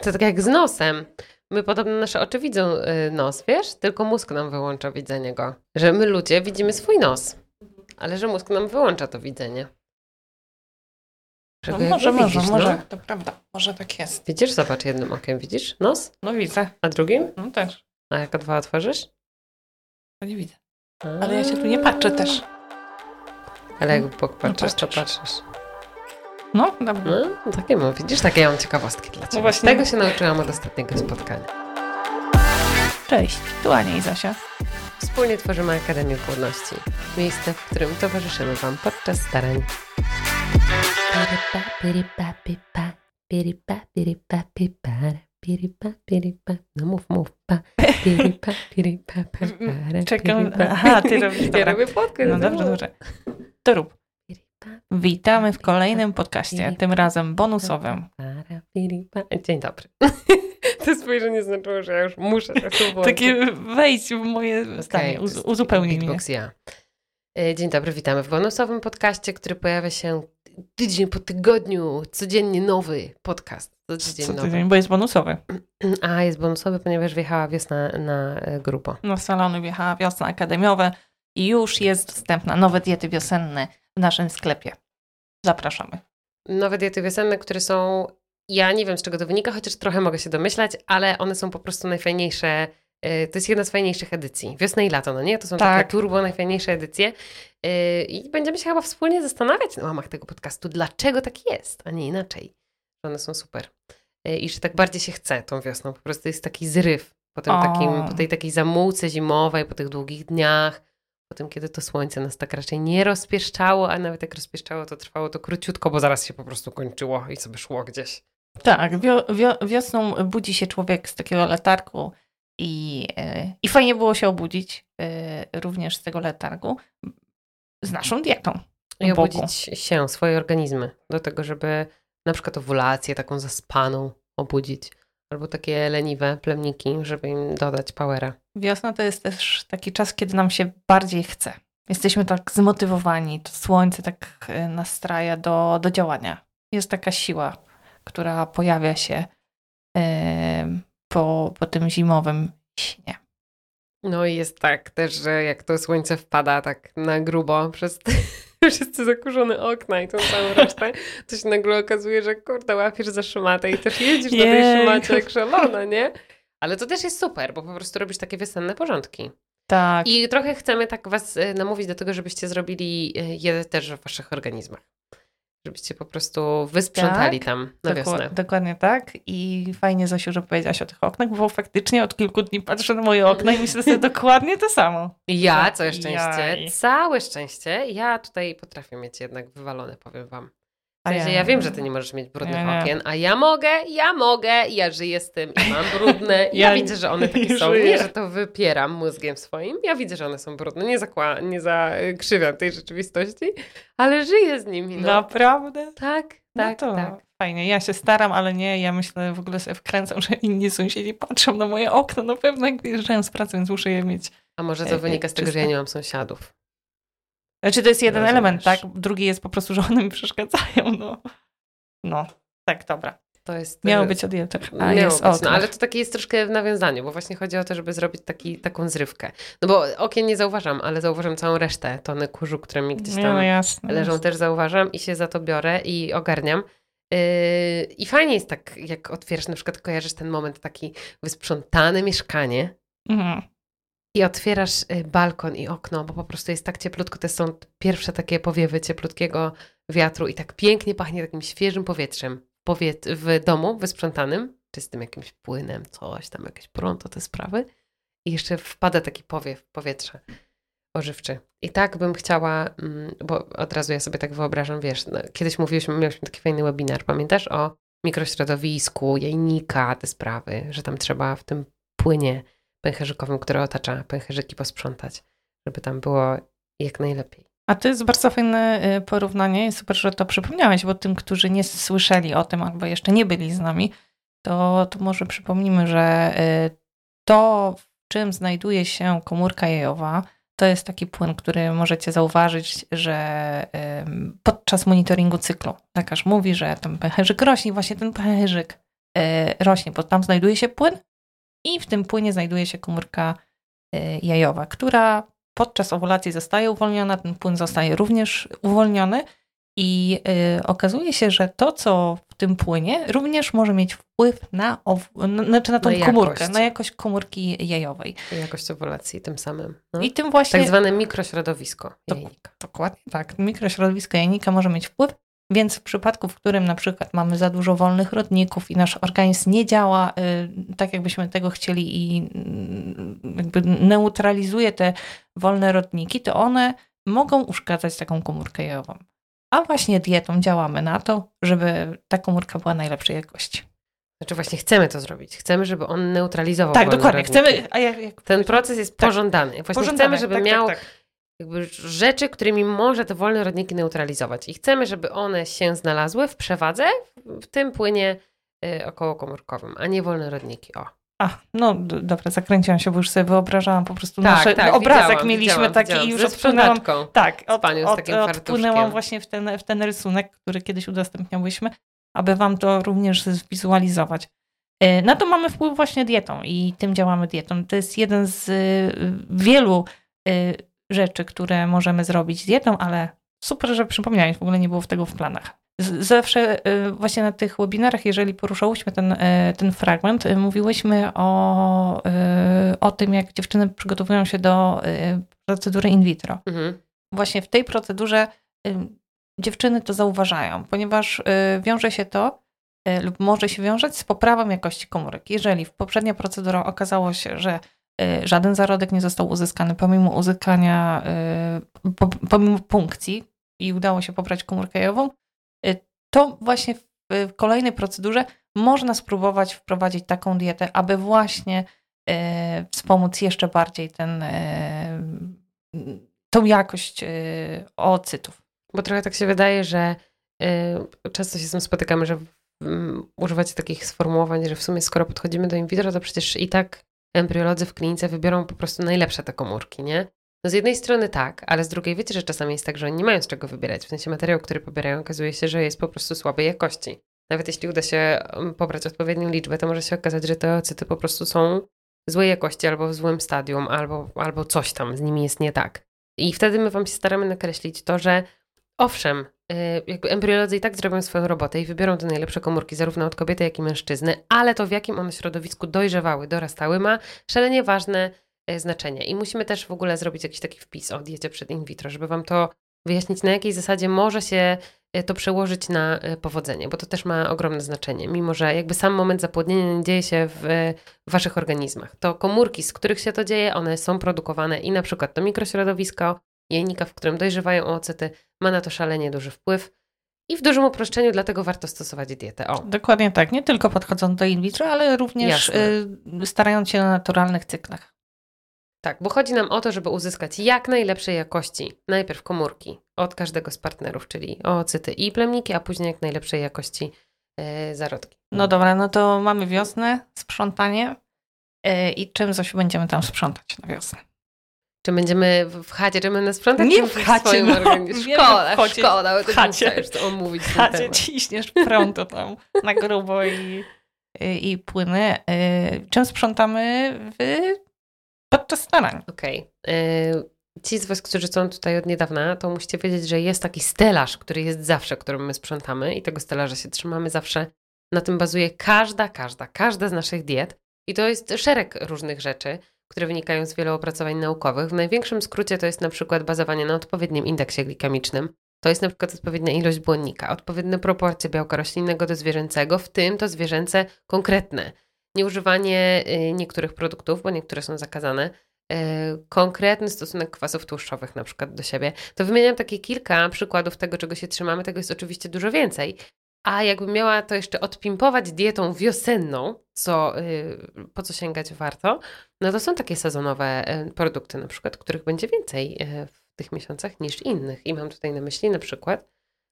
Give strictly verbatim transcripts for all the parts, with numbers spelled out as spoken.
To tak jak z nosem. My podobno nasze oczy widzą y, nos, wiesz? Tylko mózg nam wyłącza widzenie go. Że my ludzie widzimy swój nos. Ale że mózg nam wyłącza to widzenie. No może, może, widzisz, może. No? To prawda. Może tak jest. Widzisz? Zobacz jednym okiem. Widzisz nos? No widzę. A drugim? No też. A jak dwa otworzysz? To nie widzę. Ale ja się tu nie patrzę też. Ale jak w bok patrzysz, to patrzysz. patrzysz. No, dobra. No, takie mam. Widzisz? Takie ja mam ciekawostki dla ciebie. No właśnie. Tego się nauczyłam od ostatniego spotkania. Cześć, tu Ania i Zosia. Wspólnie tworzymy Akademię Płodności. Miejsce, w którym towarzyszymy Wam podczas starań. No mów, mów. Czekam. Aha, ty robisz. Ja robię podcast. No dobrze, dobrze. To rób. Witamy w kolejnym podcaście, tym razem bonusowym. Dzień dobry. To spojrzenie znaczyło, że ja już muszę to włączyć. Takie wejść w moje zdanie, Okay, uz- uzupełnij mnie. Ja. Dzień dobry, witamy w bonusowym podcaście, który pojawia się tydzień po tygodniu, codziennie nowy podcast. Co tydzień Co nowy. tydzień, bo jest bonusowy. A, jest bonusowy, ponieważ wjechała wiosna na grubo. Na salony wjechała wiosna akademiowa i już jest dostępna nowe diety wiosenne w naszym sklepie. Zapraszamy. Nowe diety wiosenne, które są, ja nie wiem z czego to wynika, chociaż trochę mogę się domyślać, ale one są po prostu najfajniejsze. To jest jedna z fajniejszych edycji. Wiosna i lato, no nie? To są tak. takie turbo najfajniejsze edycje. I będziemy się chyba wspólnie zastanawiać na łamach tego podcastu, dlaczego tak jest, a nie inaczej. One są super. I że tak bardziej się chce tą wiosną. Po prostu jest taki zryw po, tym takim, po tej takiej zamułce zimowej, po tych długich dniach, po tym, kiedy to słońce nas tak raczej nie rozpieszczało, a nawet jak rozpieszczało, to trwało to króciutko, bo zaraz się po prostu kończyło i sobie szło gdzieś. Tak, wio- wio- wiosną budzi się człowiek z takiego letargu i, yy, i fajnie było się obudzić yy, również z tego letargu z naszą dietą. I obudzić się, swoje organizmy do tego, żeby na przykład owulację taką zaspaną obudzić, albo takie leniwe plemniki, żeby im dodać powera. Wiosna to jest też taki czas, kiedy nam się bardziej chce. Jesteśmy tak zmotywowani, to słońce tak nastraja do, do działania. Jest taka siła, która pojawia się yy, po, po tym zimowym śnie. No i jest tak też, że jak to słońce wpada tak na grubo przez te wszyscy zakurzone okna i tą całą resztę, to się nagle okazuje, że kurde, łapiesz za szmatę i też jedziesz na tej szmacie jak szalona, nie? Ale to też jest super, bo po prostu robisz takie wiosenne porządki. Tak. I trochę chcemy tak was namówić do tego, żebyście zrobili je też w waszych organizmach. Żebyście po prostu wysprzątali tak, tam na wiosnę. Dokładnie, dokładnie tak. I fajnie, Zosiu, że powiedziałaś o tych oknach, bo faktycznie od kilku dni patrzę na moje okna i myślę sobie dokładnie to samo. Ja, całe szczęście, Jaj. całe szczęście, ja tutaj potrafię mieć jednak wywalone, powiem wam. W sensie, ja, ja wiem, że ty nie możesz mieć brudnych ja, okien, a ja mogę, ja mogę, ja żyję z tym i mam brudne. Ja, ja widzę, że one takie są. Żyję. Nie, że to wypieram mózgiem swoim. Ja widzę, że one są brudne. Nie, zakła- nie zakrzywiam tej rzeczywistości, ale żyję z nimi. No. Naprawdę? Tak, No tak, to tak. fajnie. Ja się staram, ale nie. Ja myślę, w ogóle sobie wkręcam, że inni sąsiedzi patrzą na moje okno. Na pewno jak wyjeżdżają z pracy, więc muszę je mieć. A może to wynika z tego, że ja nie mam sąsiadów. Znaczy to jest jeden Rozumiesz. element, tak? Drugi jest po prostu, że one mi przeszkadzają. No, no. tak, dobra. To jest, Miało być o dietach, a Miało jest być, o no, ale to takie jest troszkę w nawiązaniu, bo właśnie chodzi o to, żeby zrobić taki, taką zrywkę. No bo okien nie zauważam, ale zauważam całą resztę, tony kurzu, które mi gdzieś tam no, jasne, leżą, jasne. też zauważam i się za to biorę i ogarniam. Yy, I fajnie jest tak, jak otwierasz, na przykład kojarzysz ten moment, taki wysprzątane mieszkanie Mhm. i otwierasz balkon i okno, bo po prostu jest tak cieplutko, to są pierwsze takie powiewy cieplutkiego wiatru i tak pięknie pachnie takim świeżym powietrzem. Powiet w domu wysprzątanym, czystym jakimś płynem, coś tam, jakieś pronto, te sprawy. I jeszcze wpada taki powiew powietrza ożywczy. I tak bym chciała, bo od razu ja sobie tak wyobrażam, wiesz, no, kiedyś mówiliśmy, mieliśmy taki fajny webinar, pamiętasz? O mikrośrodowisku, jajnika, te sprawy, że tam trzeba w tym płynie pęcherzykowym, który otacza pęcherzyki, posprzątać, żeby tam było jak najlepiej. A to jest bardzo fajne porównanie i super, że to przypomniałeś, bo tym, którzy nie słyszeli o tym albo jeszcze nie byli z nami, to, to może przypomnimy, że to, w czym znajduje się komórka jajowa, to jest taki płyn, który możecie zauważyć, że podczas monitoringu cyklu lekarz mówi, że ten pęcherzyk rośnie, właśnie ten pęcherzyk rośnie, bo tam znajduje się płyn i w tym płynie znajduje się komórka jajowa, która podczas owulacji zostaje uwolniona, ten płyn zostaje również uwolniony i okazuje się, że to, co w tym płynie, również może mieć wpływ na, ow- znaczy na tą na komórkę, jakość. na jakość komórki jajowej. I jakość owulacji tym samym. No. I tym właśnie... Tak zwane mikrośrodowisko jajnika. Dokładnie tak. Mikrośrodowisko jajnika może mieć wpływ, więc w przypadku, w którym na przykład mamy za dużo wolnych rodników i nasz organizm nie działa y, tak, jakbyśmy tego chcieli i y, jakby neutralizuje te wolne rodniki, to one mogą uszkadzać taką komórkę jajową. A właśnie dietą działamy na to, żeby ta komórka była najlepszej jakości. Znaczy właśnie chcemy to zrobić. Chcemy, żeby on neutralizował Tak, wolne dokładnie. rodniki. Chcemy, a jak, jak... Ten proces jest tak. pożądany. Właśnie Pożądane. chcemy, żeby tak, miał tak, tak. jakby rzeczy, którymi może te wolne rodniki neutralizować. I chcemy, żeby one się znalazły w przewadze w tym płynie y, okołokomórkowym, a nie wolne rodniki. O. A, no d- dobra, zakręciłam się, bo już sobie wyobrażałam po prostu Tak, nasze tak, obrazek widziałam, mieliśmy widziałam, taki widziałam. i już Ze odpłynęłam. sprzątaczką. Tak, Z od, panią z od, takim odpłynęłam fartuszkiem. właśnie w ten, w ten rysunek, który kiedyś udostępniałyśmy, aby wam to również zwizualizować. Na to mamy wpływ właśnie dietą i tym działamy dietą. To jest jeden z wielu rzeczy, które możemy zrobić dietą, ale super, że przypomniałeś, w ogóle nie było tego w planach. Zawsze właśnie na tych webinarach, jeżeli poruszałyśmy ten, ten fragment, mówiłyśmy o, o tym, jak dziewczyny przygotowują się do procedury in vitro. Mhm. Właśnie w tej procedurze dziewczyny to zauważają, ponieważ wiąże się to lub może się wiązać z poprawą jakości komórek. Jeżeli w poprzednia procedura okazało się, że żaden zarodek nie został uzyskany pomimo uzyskania, pomimo punkcji i udało się pobrać komórkę jajową, to właśnie w kolejnej procedurze można spróbować wprowadzić taką dietę, aby właśnie wspomóc jeszcze bardziej ten, tą jakość oocytów. Bo trochę tak się wydaje, że często się z tym spotykamy, że używacie takich sformułowań, że w sumie skoro podchodzimy do in vitro, to przecież i tak embriolodzy w klinice wybiorą po prostu najlepsze te komórki, nie? No z jednej strony tak, ale z drugiej wiecie, że czasami jest tak, że oni nie mają z czego wybierać. W sensie materiał, który pobierają, okazuje się, że jest po prostu słabej jakości. Nawet jeśli uda się pobrać odpowiednią liczbę, to może się okazać, że te oocyty po prostu są złej jakości albo w złym stadium, albo, albo coś tam z nimi jest nie tak. I wtedy my wam się staramy nakreślić to, że owszem, jakby embriolodzy i tak zrobią swoją robotę i wybiorą te najlepsze komórki zarówno od kobiety, jak i mężczyzny, ale to w jakim one środowisku dojrzewały, dorastały ma szalenie ważne znaczenie. I musimy też w ogóle zrobić jakiś taki wpis o diecie przed in vitro, żeby wam to wyjaśnić, na jakiej zasadzie może się to przełożyć na powodzenie, bo to też ma ogromne znaczenie, mimo że jakby sam moment zapłodnienia nie dzieje się w waszych organizmach. To komórki, z których się to dzieje, one są produkowane i na przykład to mikrośrodowisko jajnika, w którym dojrzewają oocyty, ma na to szalenie duży wpływ i w dużym uproszczeniu dlatego warto stosować dietę. O. Dokładnie tak, nie tylko podchodząc do in vitro, ale również y, starając się na naturalnych cyklach. Tak, bo chodzi nam o to, żeby uzyskać jak najlepszej jakości najpierw komórki od każdego z partnerów, czyli oocyty i plemniki, a później jak najlepszej jakości yy, zarodki. No dobra, no to mamy wiosnę, sprzątanie yy, i czym coś będziemy tam sprzątać na wiosnę? Czy będziemy w chacie, czy będę sprzątać? Nie w chacie, swoim no. organizmie? Szkoda, w szkoda, bo w chacie. już to omówić. W chacie ciśniesz prądu tam na grubo i, i, i płyny. Yy, czym sprzątamy w, podczas starań? Okej. Okay. Yy, ci z was, którzy są tutaj od niedawna, to musicie wiedzieć, że jest taki stelaż, który jest zawsze, którym my sprzątamy i tego stelaża się trzymamy zawsze. Na tym bazuje każda, każda, każda z naszych diet i to jest szereg różnych rzeczy, które wynikają z wielu opracowań naukowych. W największym skrócie to jest na przykład bazowanie na odpowiednim indeksie glikemicznym. To jest na przykład odpowiednia ilość błonnika, odpowiednie proporcje białka roślinnego do zwierzęcego, w tym to zwierzęce konkretne. Nieużywanie y, niektórych produktów, bo niektóre są zakazane, y, konkretny stosunek kwasów tłuszczowych na przykład do siebie. To wymieniam takie kilka przykładów tego, czego się trzymamy. Tego jest oczywiście dużo więcej. A jakbym miała to jeszcze odpimpować dietą wiosenną, co, yy, po co sięgać warto, no to są takie sezonowe yy, produkty na przykład, których będzie więcej yy, w tych miesiącach niż innych. I mam tutaj na myśli na przykład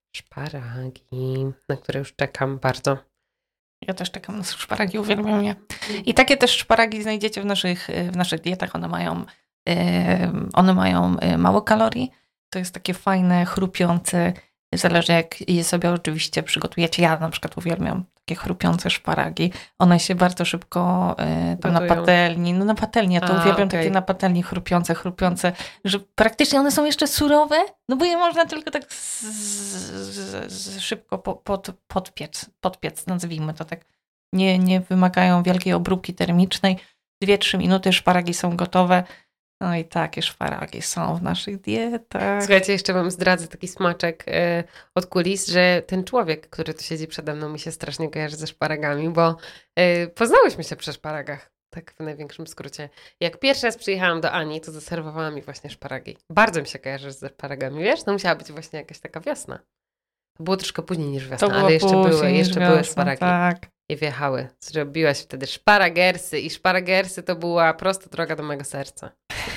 szparagi, na które już czekam bardzo. Ja też czekam na szparagi, uwielbiam je. I takie też szparagi znajdziecie w naszych, w naszych dietach. One mają, yy, one mają mało kalorii. To jest takie fajne, chrupiące Zależy jak je sobie oczywiście przygotujecie. Ja na przykład uwielbiam takie chrupiące szparagi. One się bardzo szybko y, tam na Gotują. patelni, no na patelni, ja to A, uwielbiam okej. takie na patelni chrupiące, chrupiące, że praktycznie one są jeszcze surowe, no bo je można tylko tak z, z, z szybko po, pod, podpiec, podpiec, nazwijmy to tak. Nie, nie wymagają wielkiej obróbki termicznej. Dwie, trzy minuty, szparagi są gotowe. No i takie szparagi są w naszych dietach. Słuchajcie, jeszcze wam zdradzę taki smaczek e, od kulis, że ten człowiek, który tu siedzi przede mną, mi się strasznie kojarzy ze szparagami, bo e, poznałyśmy się przy szparagach, tak w największym skrócie. Jak pierwszy raz przyjechałam do Ani, to zaserwowała mi właśnie szparagi. Bardzo mi się kojarzy ze szparagami, wiesz? No musiała być właśnie jakaś taka wiosna. To było troszkę później niż wiosna, To było ale jeszcze później były, niż jeszcze były wiosna, szparagi. tak. I wjechały. Zrobiłaś wtedy szparagersy i szparagersy to była prosta droga do mojego serca.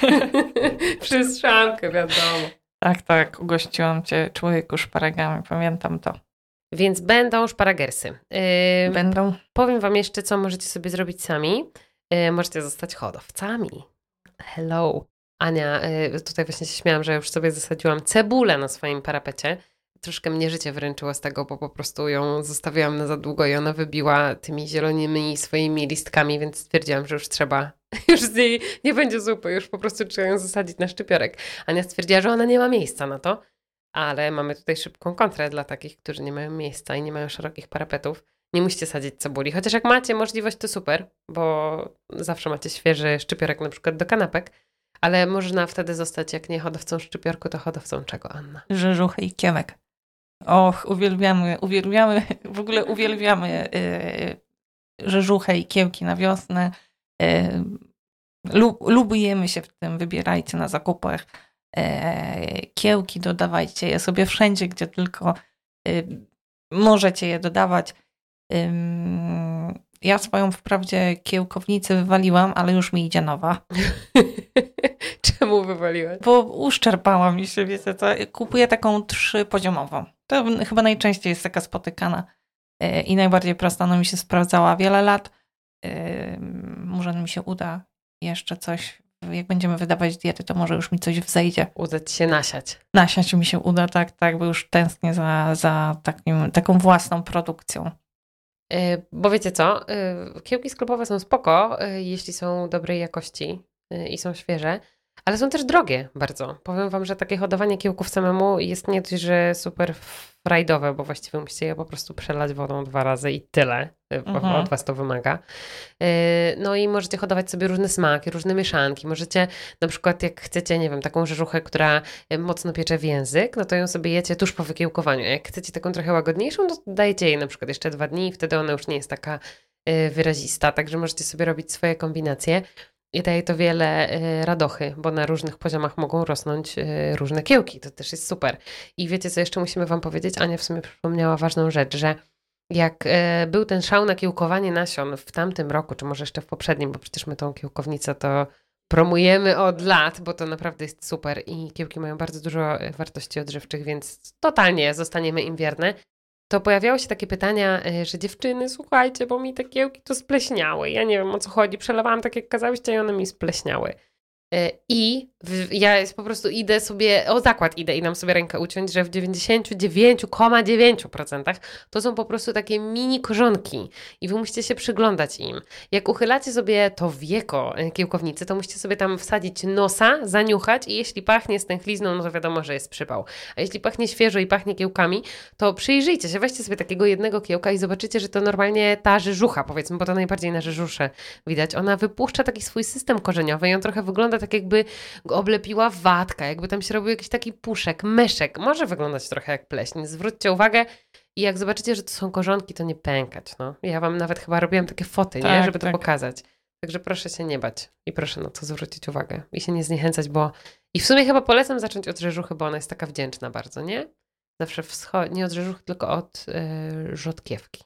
Przez szamkę, wiadomo. Tak, tak, ugościłam cię człowieku szparagami, pamiętam to. Więc będą szparagersy. Yy, Będą. powiem wam jeszcze, co możecie sobie zrobić sami. Yy, możecie zostać hodowcami. Hello. Ania, yy, tutaj właśnie się śmiałam, że już sobie zasadziłam cebulę na swoim parapecie. Troszkę mnie życie wręczyło z tego, bo po prostu ją zostawiłam na za długo i ona wybiła tymi zielonymi swoimi listkami, więc stwierdziłam, że już trzeba, już z niej nie będzie zupy, już po prostu trzeba ją zasadzić na szczypiorek. Ania stwierdziła, że ona nie ma miejsca na to, ale mamy tutaj szybką kontrę dla takich, którzy nie mają miejsca i nie mają szerokich parapetów. Nie musicie sadzić cebuli, chociaż jak macie możliwość, to super, bo zawsze macie świeży szczypiorek na przykład do kanapek, ale można wtedy zostać, jak nie hodowcą szczypiorku, to hodowcą czego, Anna? Rzeżuchy i kiełek. Och, uwielbiamy, uwielbiamy, w ogóle uwielbiamy yy, rzeżuchę i kiełki na wiosnę. Yy, lub, lubujemy się w tym, wybierajcie na zakupach. Yy, kiełki dodawajcie je sobie wszędzie, gdzie tylko yy, możecie je dodawać. Yy, ja swoją wprawdzie kiełkownicę wywaliłam, ale już mi idzie nowa. Czemu wywaliłaś? Bo uszczerpała mi się, wiecie co, kupuję taką trzypoziomową. To chyba najczęściej jest taka spotykana yy, i najbardziej prosta. Ona mi się sprawdzała wiele lat. Yy, może mi się uda jeszcze coś, jak będziemy wydawać diety, to może już mi coś wzejdzie. Uda ci się nasiać. Nasiać mi się uda, tak, tak, bo już tęsknię za, za takim, taką własną produkcją. Yy, bo wiecie co, yy, kiełki sklepowe są spoko, yy, jeśli są dobrej jakości yy, i są świeże, ale są też drogie bardzo. Powiem wam, że takie hodowanie kiełków samemu jest nie dość, że super frajdowe, bo właściwie musicie je po prostu przelać wodą dwa razy i tyle. Mhm. Od was to wymaga. No i możecie hodować sobie różne smaki, różne mieszanki. Możecie na przykład, jak chcecie, nie wiem, taką rzeżuchę, która mocno piecze w język, no to ją sobie jecie tuż po wykiełkowaniu. A jak chcecie taką trochę łagodniejszą, to dajecie jej na przykład jeszcze dwa dni i wtedy ona już nie jest taka wyrazista. Także możecie sobie robić swoje kombinacje. I daje to wiele y, radochy, bo na różnych poziomach mogą rosnąć y, różne kiełki. To też jest super. I wiecie, co jeszcze musimy wam powiedzieć? Ania w sumie przypomniała ważną rzecz, że jak y, był ten szał na kiełkowanie nasion w tamtym roku, czy może jeszcze w poprzednim, bo przecież my tą kiełkownicę to promujemy od lat, bo to naprawdę jest super i kiełki mają bardzo dużo wartości odżywczych, więc totalnie zostaniemy im wierne. To pojawiały się takie pytania, że dziewczyny, słuchajcie, bo mi te kiełki to spleśniały. Ja nie wiem, o co chodzi. Przelewałam tak, jak kazałyście i one mi spleśniały. I ja po prostu idę sobie, o zakład idę i dam sobie rękę uciąć, że w dziewięćdziesiąt dziewięć przecinek dziewięć procent to są po prostu takie mini korzonki i wy musicie się przyglądać im. Jak uchylacie sobie to wieko kiełkownicy, to musicie sobie tam wsadzić nosa, zaniuchać i jeśli pachnie stęchlizną, no to wiadomo, że jest przypał. A jeśli pachnie świeżo i pachnie kiełkami, to przyjrzyjcie się, weźcie sobie takiego jednego kiełka i zobaczycie, że to normalnie ta rzeżucha, powiedzmy, bo to najbardziej na rzeżusze widać. Ona wypuszcza taki swój system korzeniowy i on trochę wygląda tak, jakby go oblepiła watka, jakby tam się robił jakiś taki puszek, myszek. Może wyglądać trochę jak pleśń. Zwróćcie uwagę i jak zobaczycie, że to są korzonki, to nie pękać. No. Ja wam nawet chyba robiłam takie foty, tak, nie? Żeby tak to pokazać. Także proszę się nie bać i proszę na to zwrócić uwagę i się nie zniechęcać, bo i w sumie chyba polecam zacząć od rzeżuchy, bo ona jest taka wdzięczna bardzo, nie? Zawsze wscho- nie od rzeżuchy, tylko od yy, rzodkiewki.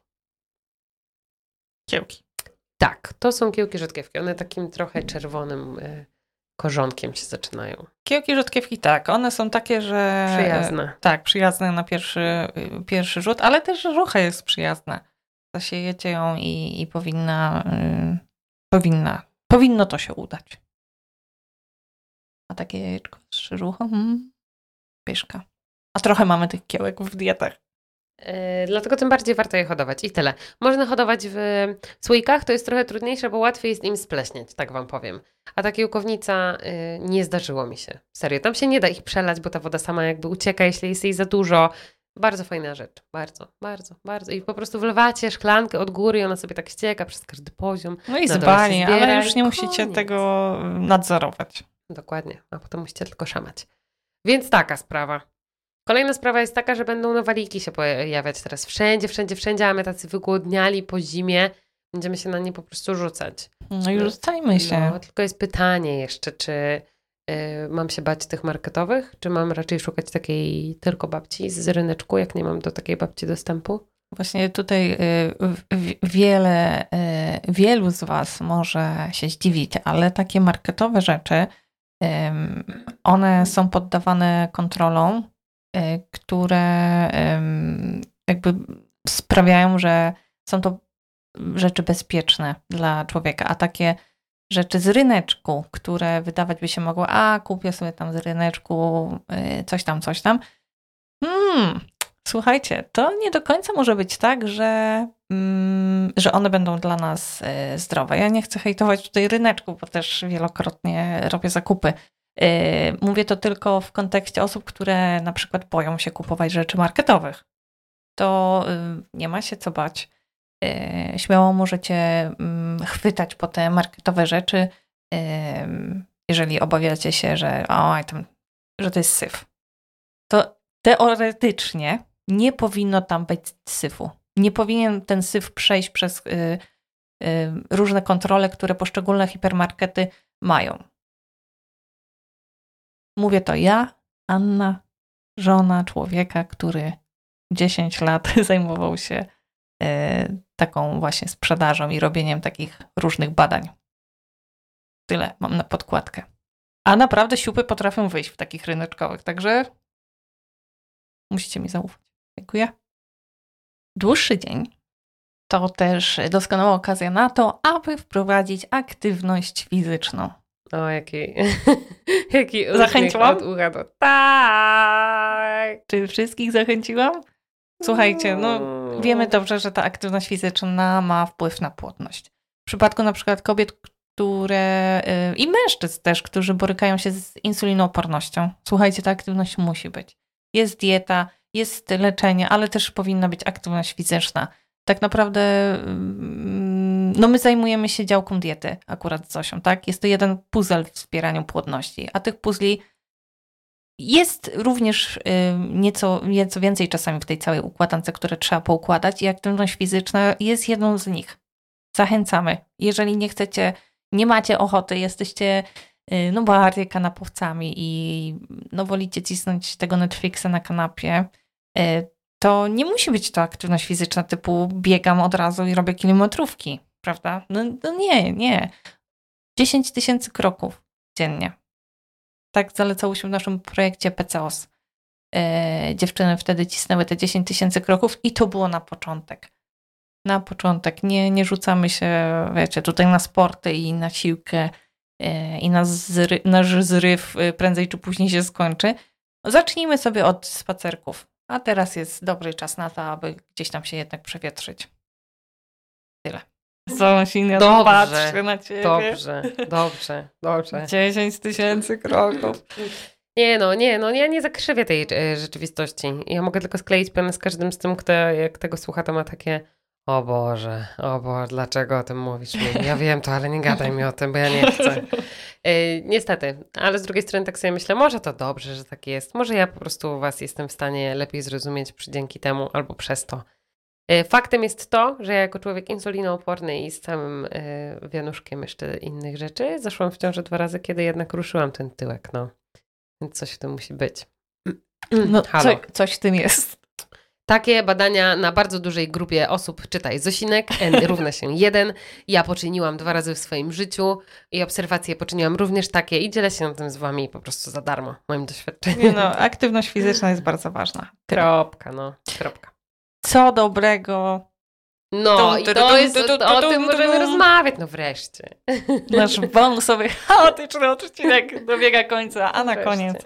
Kiełki. Tak, to są kiełki rzodkiewki. One takim trochę czerwonym yy, korzonkiem się zaczynają. Kiełki rzodkiewki tak, one są takie, że... Przyjazne. Tak, przyjazne na pierwszy, pierwszy rzut, ale też rzeżucha jest przyjazna. Zasiejecie ją i, i powinna, yy, powinna, powinno to się udać. A takie jajeczko z rzeżuchą, hmm, pyszka. A trochę mamy tych kiełek w dietach. Yy, dlatego tym bardziej warto je hodować i tyle. Można hodować w słoikach, to jest trochę trudniejsze, bo łatwiej jest im spleśniać, tak wam powiem. A ta kiełkownica yy, nie zdarzyło mi się. Serio, tam się nie da ich przelać, bo ta woda sama jakby ucieka, jeśli jest jej za dużo. Bardzo fajna rzecz. Bardzo, bardzo, bardzo. I po prostu wlewacie szklankę od góry i ona sobie tak ścieka przez każdy poziom. No i zbani, ale już nie musicie koniec. tego nadzorować. Dokładnie, a potem musicie tylko szamać. Więc taka sprawa. Kolejna sprawa jest taka, że będą nowaliki się pojawiać teraz wszędzie, wszędzie, wszędzie, a my tacy wygłodniali po zimie. Będziemy się na nie po prostu rzucać. No i rzucajmy się. No, tylko jest pytanie jeszcze, czy y, mam się bać tych marketowych, czy mam raczej szukać takiej tylko babci z ryneczku, jak nie mam do takiej babci dostępu? Właśnie tutaj y, w, wiele, y, wielu z was może się zdziwić, ale takie marketowe rzeczy, y, one są poddawane kontrolom, które jakby sprawiają, że są to rzeczy bezpieczne dla człowieka, a takie rzeczy z ryneczku, które wydawać by się mogło, a kupię sobie tam z ryneczku coś tam, coś tam. Hmm, słuchajcie, to nie do końca może być tak, że, mm, że one będą dla nas zdrowe. Ja nie chcę hejtować tutaj ryneczku, bo też wielokrotnie robię zakupy. Mówię to tylko w kontekście osób, które na przykład boją się kupować rzeczy marketowych. To nie ma się co bać. Śmiało możecie chwytać po te marketowe rzeczy, jeżeli obawiacie się, że, o, tam, że to jest syf. To teoretycznie nie powinno tam być syfu. Nie powinien ten syf przejść przez różne kontrole, które poszczególne hipermarkety mają. Mówię to ja, Anna, żona człowieka, który dziesięć lat zajmował się y, taką właśnie sprzedażą i robieniem takich różnych badań. Tyle mam na podkładkę. A naprawdę siupy potrafią wyjść w takich ryneczkowych, także musicie mi zaufać. Dziękuję. Dłuższy dzień to też doskonała okazja na to, aby wprowadzić aktywność fizyczną. O, jaki, jaki Zachęciłam? Od ucha do... Tak! Czy wszystkich zachęciłam? Słuchajcie, no wiemy dobrze, że ta aktywność fizyczna ma wpływ na płodność. W przypadku na przykład kobiet, które yy, i mężczyzn też, którzy borykają się z insulinoopornością. Słuchajcie, ta aktywność musi być. Jest dieta, jest leczenie, ale też powinna być aktywność fizyczna. Tak naprawdę no my zajmujemy się działką diety akurat z Zosią, tak? Jest to jeden puzzle w wspieraniu płodności, a tych puzli jest również nieco, nieco więcej czasami w tej całej układance, które trzeba poukładać i aktywność fizyczna jest jedną z nich. Zachęcamy. Jeżeli nie chcecie, nie macie ochoty, jesteście no bardziej kanapowcami i no wolicie cisnąć tego Netflixa na kanapie, to nie musi być to aktywność fizyczna typu biegam od razu i robię kilometrówki, prawda? No, no nie, nie. dziesięć tysięcy kroków dziennie. Tak zalecało się w naszym projekcie P C O S. Yy, dziewczyny wtedy cisnęły te dziesięć tysięcy kroków i to było na początek. Na początek. Nie, nie rzucamy się, wiecie, tutaj na sporty i na siłkę yy, i na zry, nasz zryw yy, prędzej czy później się skończy. Zacznijmy sobie od spacerków. A teraz jest dobry czas na to, aby gdzieś tam się jednak przewietrzyć. Tyle. Zosia patrzy na ciebie. Dobrze, dobrze, dobrze. dziesięć tysięcy kroków. Nie no, nie no, ja nie zakrzywię tej e, rzeczywistości. Ja mogę tylko skleić penę z każdym z tym, kto jak tego słucha, to ma takie o Boże, o Boże, dlaczego o tym mówisz mi? Ja wiem to, ale nie gadaj mi o tym, bo ja nie chcę. E, niestety, ale z drugiej strony tak sobie myślę, może to dobrze, że tak jest. Może ja po prostu was jestem w stanie lepiej zrozumieć dzięki temu albo przez to. E, faktem jest to, że ja jako człowiek insulinooporny i z całym e, wianuszkiem jeszcze innych rzeczy zaszłam w ciążę dwa razy, kiedy jednak ruszyłam ten tyłek, no. Więc coś w tym musi być. No, co, coś w tym jest. Takie badania na bardzo dużej grupie osób, czytaj Zosinek, N równa się jeden. Ja poczyniłam dwa razy w swoim życiu i obserwacje poczyniłam również takie i dzielę się tym z wami po prostu za darmo, moim doświadczeniem. No, aktywność fizyczna jest bardzo ważna. Kropka, no, kropka. Co dobrego. No i to jest, o tym możemy rozmawiać, no wreszcie. Nasz bonusowy, chaotyczny odcinek dobiega końca, a na koniec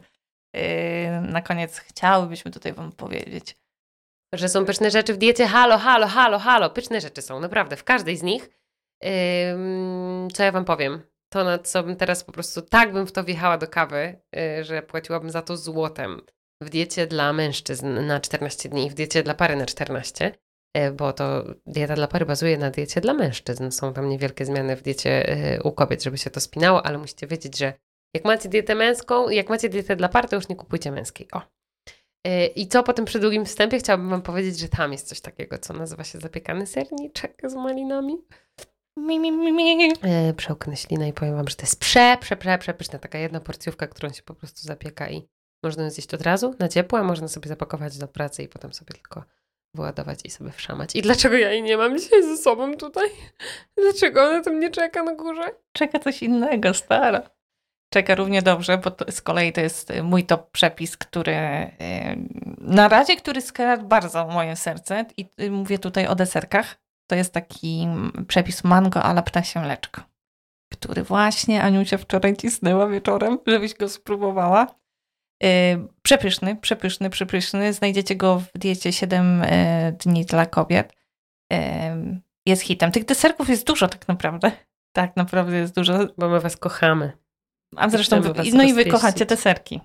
na koniec chciałybyśmy tutaj wam powiedzieć. Że są pyszne rzeczy w diecie. Halo, halo, halo, halo. Pyszne rzeczy są, naprawdę. W każdej z nich. Ym, co ja wam powiem? To, na co bym teraz po prostu tak bym w to wjechała do kawy, yy, że płaciłabym za to złotem. W diecie dla mężczyzn na czternaście dni, w diecie dla pary na czternaście, yy, bo to dieta dla pary bazuje na diecie dla mężczyzn. Są tam niewielkie zmiany w diecie yy, u kobiet, żeby się to spinało, ale musicie wiedzieć, że jak macie dietę męską, jak macie dietę dla par, to już nie kupujcie męskiej. O. Yy, I co po tym przydługim wstępie? Chciałabym wam powiedzieć, że tam jest coś takiego, co nazywa się zapiekany serniczek z malinami. Mi, mi, mi, mi. Yy, przełknę ślinę i powiem wam, że to jest prze, prze, prze, przepyszna. Taka jedna porcjówka, którą się po prostu zapieka i można ją zjeść od razu na ciepło, a można sobie zapakować do pracy i potem sobie tylko wyładować i sobie wszamać. I dlaczego ja jej nie mam dzisiaj ze sobą tutaj? Dlaczego ona tam nie czeka na górze? Czeka coś innego, stara. Czeka równie dobrze, bo to, z kolei to jest mój top przepis, który yy, na razie, który skradł bardzo moje serce i yy, mówię tutaj o deserkach. To jest taki przepis mango a la ptasie mleczko, który właśnie Aniusia wczoraj cisnęła wieczorem, żebyś go spróbowała. Yy, przepyszny, przepyszny, przepyszny. Znajdziecie go w diecie siedem yy, dni dla kobiet. Yy, jest hitem. Tych deserków jest dużo tak naprawdę. Tak naprawdę jest dużo. Bo my was kochamy. A zresztą, wy, no i wy kochacie deserki.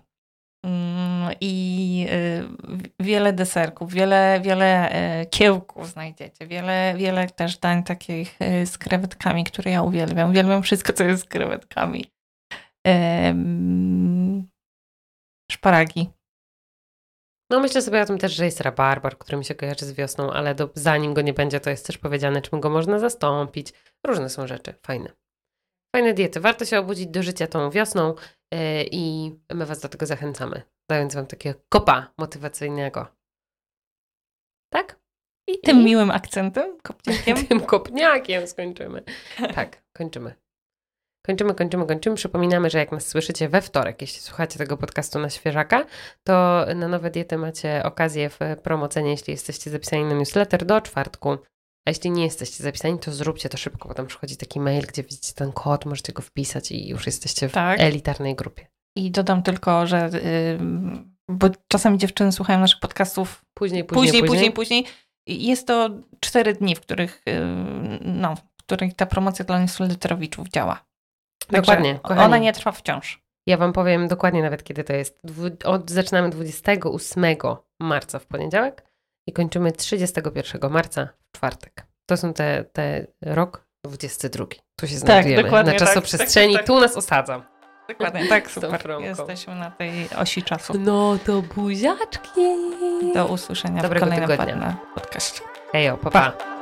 I wiele deserków, wiele, wiele kiełków znajdziecie, wiele, wiele też dań takich z krewetkami, które ja uwielbiam. Uwielbiam wszystko, co jest z krewetkami. Szparagi. No myślę sobie o tym też, że jest rabarbar, który mi się kojarzy z wiosną, ale do, zanim go nie będzie, to jest też powiedziane, czym go można zastąpić. Różne są rzeczy, fajne. Fajne diety. Warto się obudzić do życia tą wiosną yy, i my was do tego zachęcamy, dając wam takiego kopa motywacyjnego. Tak? I tym I... miłym akcentem, kopniakiem. Tym kopniakiem skończymy. Tak, kończymy. Kończymy, kończymy, kończymy. Przypominamy, że jak nas słyszycie we wtorek, jeśli słuchacie tego podcastu na świeżaka, to na nowe diety macie okazję w promocenie, jeśli jesteście zapisani na newsletter do czwartku. A jeśli nie jesteście zapisani, to zróbcie to szybko, bo tam przychodzi taki mail, gdzie widzicie ten kod, możecie go wpisać i już jesteście w tak. elitarnej grupie. I dodam tylko, że yy, bo czasami dziewczyny słuchają naszych podcastów później, później, później, później. później, później. Jest to cztery dni, w których, yy, no, w których ta promocja dla newsletterowiczów działa. Dokładnie. Także ona nie trwa wciąż. Ja wam powiem dokładnie nawet, kiedy to jest. Dwu, od, zaczynamy dwudziestego ósmego marca w poniedziałek i kończymy trzydziestego pierwszego marca w czwartek. To są te, te rok dwudziesty drugi. Tu się znajdujemy. Tak, dokładnie na czasoprzestrzeni. Tak, tak, tak. Tu nas osadzam. Dokładnie, tak, super. Jesteśmy na tej osi czasu. No to buziaczki. Do usłyszenia Dobrego w kolejnym tygodnia. podcaście. Hejo, pa, pa. pa.